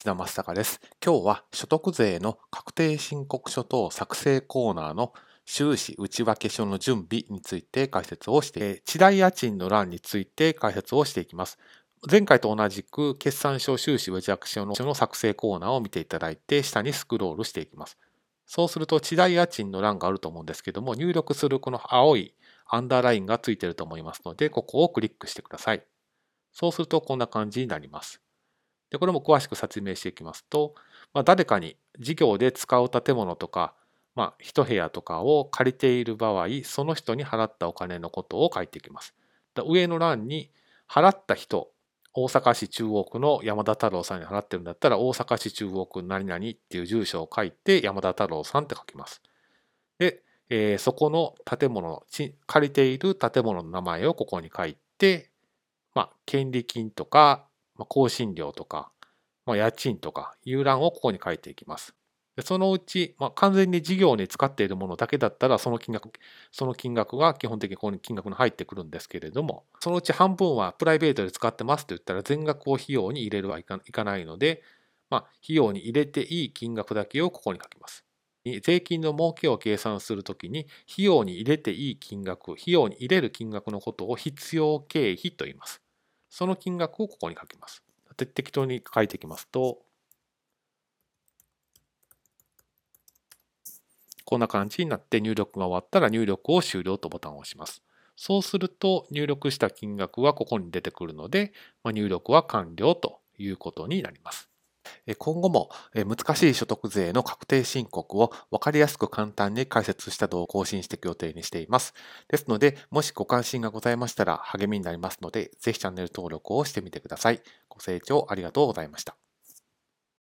田正孝です。今日は所得税の確定申告書等作成コーナーの収支内訳書の準備について解説をして、地代家賃の欄について解説をしていきます。前回と同じく決算書収支内訳書の作成コーナーを見ていただいて、下にスクロールしていきます。そうすると地代家賃の欄があると思うんですけども、入力するこの青いアンダーラインがついていると思いますので、ここをクリックしてください。そうするとこんな感じになります。で、これも詳しく説明していきますと、誰かに事業で使う建物とか、一部屋とかを借りている場合、その人に払ったお金のことを書いていきます。上の欄に払った人、大阪市中央区の山田太郎さんに払ってるんだったら、大阪市中央区何々っていう住所を書いて、山田太郎さんって書きます。で、そこの建物、借りている建物の名前をここに書いて、権利金とか、更新料とか、家賃とかいう欄をここに書いていきます。でそのうち、完全に事業に使っているものだけだったら、その金額が基本的にここに金額に入ってくるんですけれども、そのうち半分はプライベートで使ってますと言ったら、全額を費用に入れるはいかないので、費用に入れていい金額だけをここに書きます。税金の儲けを計算するときに、費用に入れていい金額、費用に入れる金額のことを必要経費と言います。その金額をここに書きます。適当に書いていきますと、こんな感じになって入力が終わったら入力を終了とボタンを押します。そうすると入力した金額はここに出てくるので、入力は完了ということになります。今後も難しい所得税の確定申告を分かりやすく簡単に解説した動画を更新していく予定にしています。ですので、もしご関心がございましたら励みになりますので、ぜひチャンネル登録をしてみてください。ご清聴ありがとうございました。